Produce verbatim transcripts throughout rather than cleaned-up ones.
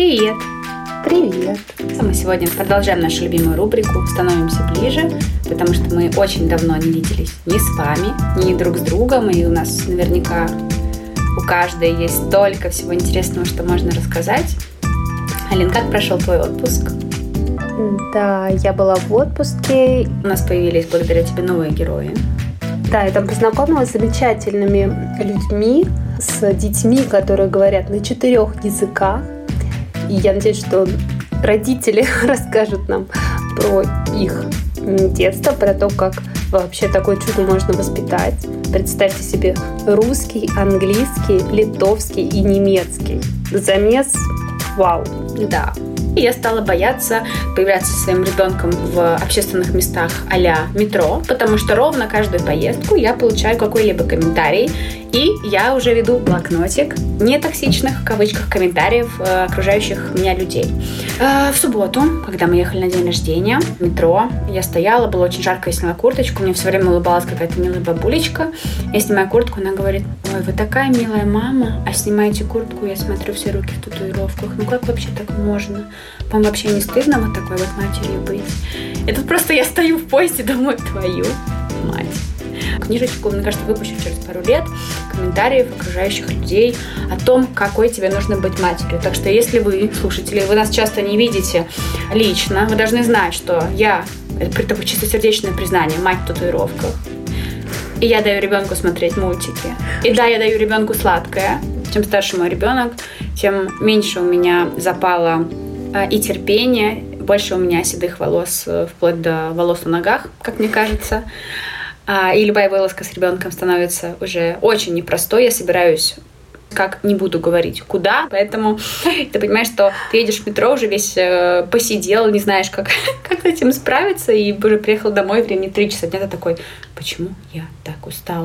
Привет! Привет! Мы сегодня продолжаем нашу любимую рубрику «Становимся ближе», потому что мы очень давно не виделись ни с вами, ни друг с другом, и у нас наверняка у каждой есть столько всего интересного, что можно рассказать. Алин, как прошел твой отпуск? Да, я была в отпуске. У нас появились благодаря тебе новые герои. Да, я там познакомилась с замечательными людьми, с детьми, которые говорят на четырех языках. И я надеюсь, что родители расскажут нам про их детство, про то, как вообще такое чудо можно воспитать. Представьте себе русский, английский, литовский и немецкий. Замес – вау! Да. И я стала бояться появляться со своим ребенком в общественных местах а-ля метро, потому что ровно каждую поездку я получаю какой-либо комментарий, и я уже веду блокнотик нетоксичных, в кавычках, комментариев э, окружающих меня людей. Э, в субботу, когда мы ехали на день рождения в метро, я стояла, было очень жарко, я сняла курточку, мне все время улыбалась какая-то милая бабулечка. Я снимаю куртку, она говорит: ой, вы такая милая мама, а снимаете куртку, я смотрю, все руки в татуировках. Ну как вообще так можно? Вам вообще не стыдно вот такой вот матерью быть? И тут просто я стою в поезде, думаю, твою мать. Книжечку, мне кажется, выпущу через пару лет комментариев окружающих людей о том, какой тебе нужно быть матерью. Так что если вы, слушатели, вы нас часто не видите лично, вы должны знать, что я, это такое чистосердечное признание, мать в татуировках. И я даю ребенку смотреть мультики. И да, я даю ребенку сладкое. Чем старше мой ребенок, тем меньше у меня запала и терпения, больше у меня седых волос, вплоть до волос на ногах, как мне кажется. И любая вылазка с ребенком становится уже очень непростой. Я собираюсь, как не буду говорить, куда. Поэтому ты понимаешь, что ты едешь в метро, уже весь э, посидел, не знаешь, как, как с этим справиться. И уже приехал домой, времени три часа дня. Ты такой: почему я так устала?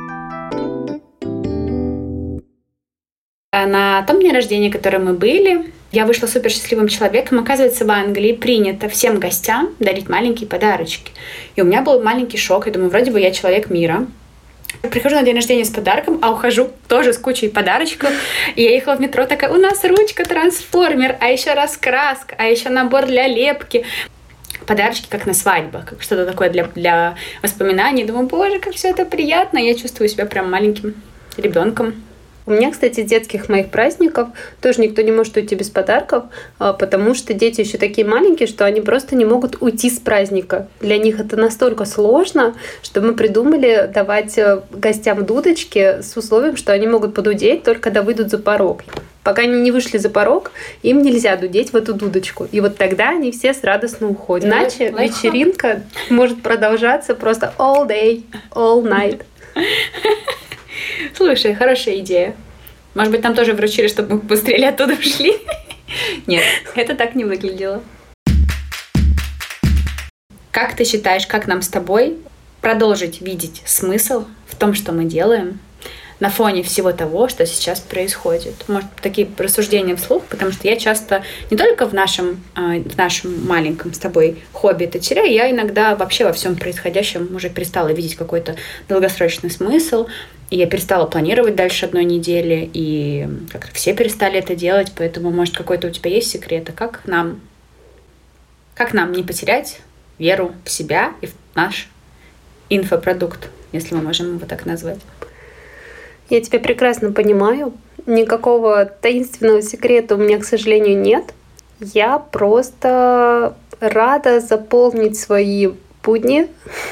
На том дне рождения, который мы были, я вышла супер счастливым человеком. Оказывается, в Англии принято всем гостям дарить маленькие подарочки. И у меня был маленький шок. Я думаю, вроде бы я человек мира. Прихожу на день рождения с подарком, а ухожу тоже с кучей подарочков. И я ехала в метро такая: у нас ручка-трансформер, а еще раскраска, а еще набор для лепки. Подарочки как на свадьбах, как что-то такое для, для воспоминаний. Думаю, боже, как все это приятно. Я чувствую себя прям маленьким ребенком. У меня, кстати, детских моих праздников тоже никто не может уйти без подарков, потому что дети еще такие маленькие, что они просто не могут уйти с праздника. Для них это настолько сложно, что мы придумали давать гостям дудочки с условием, что они могут подудеть только когда выйдут за порог. Пока они не вышли за порог, им нельзя дудеть в эту дудочку. И вот тогда они все с радостно уходят. Иначе вечеринка может продолжаться просто all day, all night. Слушай, хорошая идея. Может быть, там тоже вручили, чтобы мы быстрее оттуда ушли? Нет, это так не выглядело. Как ты считаешь, как нам с тобой продолжить видеть смысл в том, что мы делаем, на фоне всего того, что сейчас происходит? Может, такие рассуждения вслух, потому что я часто не только в нашем, в нашем маленьком с тобой хобби это теряю, я иногда вообще во всем происходящем уже перестала видеть какой-то долгосрочный смысл, и я перестала планировать дальше одной недели, и как-то все перестали это делать, поэтому, может, какой-то у тебя есть секрет, а как нам, как нам не потерять веру в себя и в наш инфопродукт, если мы можем его так назвать? Я тебя прекрасно понимаю. Никакого таинственного секрета у меня, к сожалению, нет. Я просто рада заполнить свои будни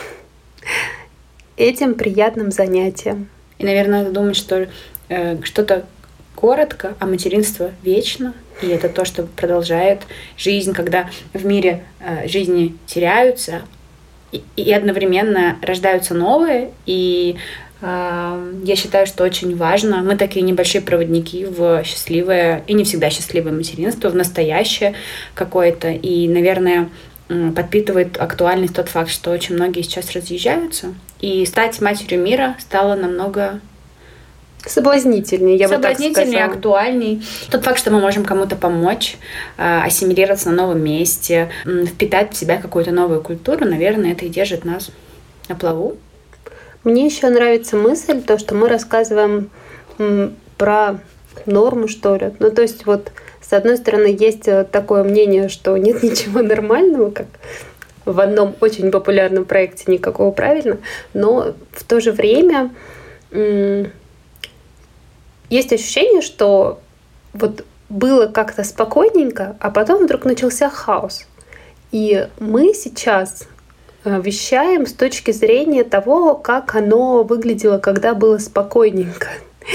этим приятным занятием. И, наверное, надо думать, что э, что-то коротко, а материнство вечно. И это то, что продолжает жизнь, когда в мире э, жизни теряются и, и одновременно рождаются новые. И я считаю, что очень важно. Мы такие небольшие проводники в счастливое и не всегда счастливое материнство, в настоящее какое-то. И, наверное, подпитывает актуальность тот факт, что очень многие сейчас разъезжаются. И стать матерью мира стало намного соблазнительнее, я бы так сказала. Соблазнительнее, актуальней. Тот факт, что мы можем кому-то помочь, ассимилироваться на новом месте, впитать в себя какую-то новую культуру, наверное, это и держит нас на плаву. Мне еще нравится мысль, то, что мы рассказываем м, про норму, что ли. Ну, то есть вот С одной стороны, есть такое мнение, что нет ничего нормального, как в одном очень популярном проекте никакого правильно, но в то же время м- есть ощущение, что вот было как-то спокойненько, а потом вдруг начался хаос. И мы сейчас вещаем с точки зрения того, как оно выглядело, когда было спокойненько.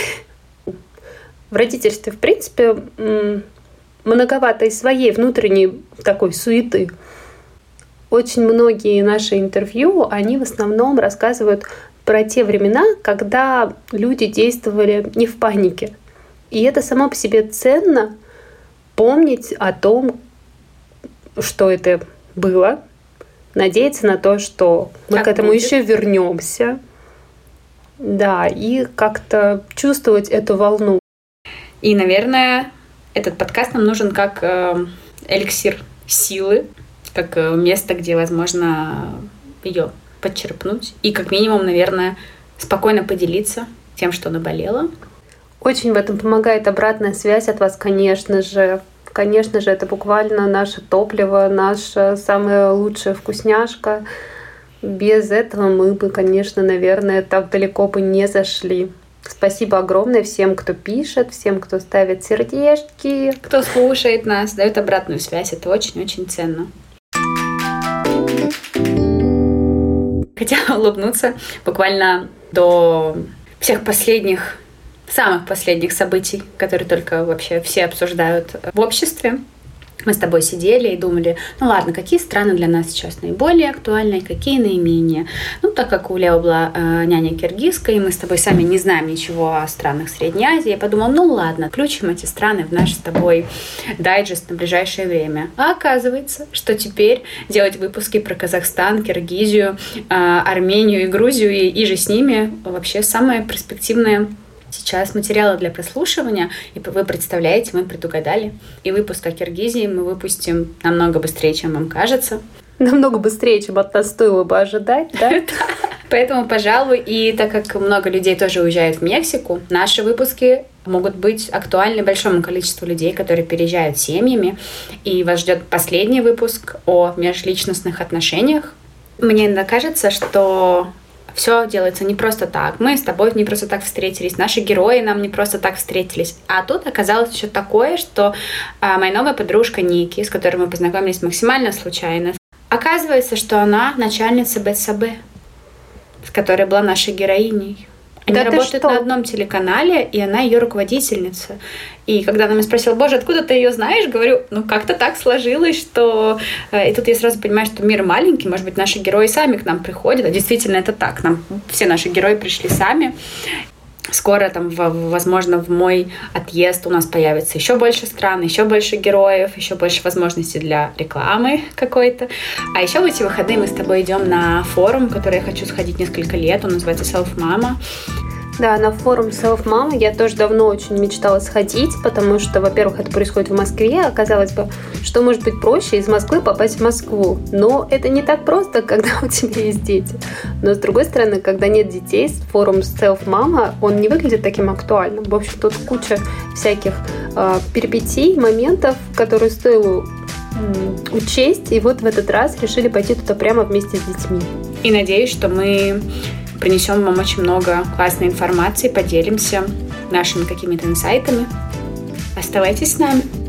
В родительстве, в принципе, многовато и своей внутренней такой суеты. Очень многие наши интервью, они в основном рассказывают про те времена, когда люди действовали не в панике. И это само по себе ценно, помнить о том, что это было, надеяться на то, что мы так к этому будет. Еще вернемся. Да, и как-то чувствовать эту волну. И, наверное, этот подкаст нам нужен как э, эликсир силы, как э, место, где возможно ее подчерпнуть. И как минимум, наверное, спокойно поделиться тем, что наболело. Очень в этом помогает обратная связь от вас, конечно же. Конечно же, это буквально наше топливо, наша самая лучшая вкусняшка. Без этого мы бы, конечно, наверное, так далеко бы не зашли. Спасибо огромное всем, кто пишет, всем, кто ставит сердечки. Кто слушает нас, дает обратную связь. Это очень-очень ценно. Хотела улыбнуться буквально до всех последних самых последних событий, которые только вообще все обсуждают в обществе. Мы с тобой сидели и думали, ну ладно, какие страны для нас сейчас наиболее актуальны, какие наименее. Ну, так как у Лео была э, няня киргизская, и мы с тобой сами не знаем ничего о странах Средней Азии, я подумала, ну ладно, включим эти страны в наш с тобой дайджест на ближайшее время. А оказывается, что теперь делать выпуски про Казахстан, Киргизию, э, Армению и Грузию и, и же с ними вообще самое перспективное сейчас материалы для прослушивания, и вы представляете, мы предугадали. И выпуск о Киргизии мы выпустим намного быстрее, чем вам кажется. Намного быстрее, чем от нас стоило бы ожидать, да? Поэтому, пожалуй, и так как много людей тоже уезжают в Мексику, наши выпуски могут быть актуальны большому количеству людей, которые переезжают семьями. И вас ждет последний выпуск о межличностных отношениях. Мне иногда кажется, что все делается не просто так. Мы с тобой не просто так встретились, наши герои нам не просто так встретились. А тут оказалось еще такое, что а, моя новая подружка Ники, с которой мы познакомились максимально случайно, оказывается, что она начальница БСБ, с которой была нашей героиней. Они да работают на одном телеканале, и она ее руководительница. И когда она меня спросила, боже, откуда ты ее знаешь? Говорю, ну как-то так сложилось, что... И тут я сразу понимаю, что мир маленький, может быть, наши герои сами к нам приходят. А действительно это так. Нам все наши герои пришли сами. Скоро, там, в, возможно, в мой отъезд у нас появится еще больше стран, еще больше героев, еще больше возможностей для рекламы какой-то. А еще в эти выходные мы с тобой идем на форум, в который я хочу сходить несколько лет. Он называется Self Mama. Да, на форум Self Mama я тоже давно очень мечтала сходить, потому что, во-первых, это происходит в Москве, а казалось бы, что может быть проще из Москвы попасть в Москву. Но это не так просто, когда у тебя есть дети. Но, с другой стороны, когда нет детей, форум Self Mama, он не выглядит таким актуальным. В общем, тут куча всяких э, перипетий, моментов, которые стоило э, учесть, и вот в этот раз решили пойти туда прямо вместе с детьми. И надеюсь, что мы принесем вам очень много классной информации, поделимся нашими какими-то инсайтами. Оставайтесь с нами.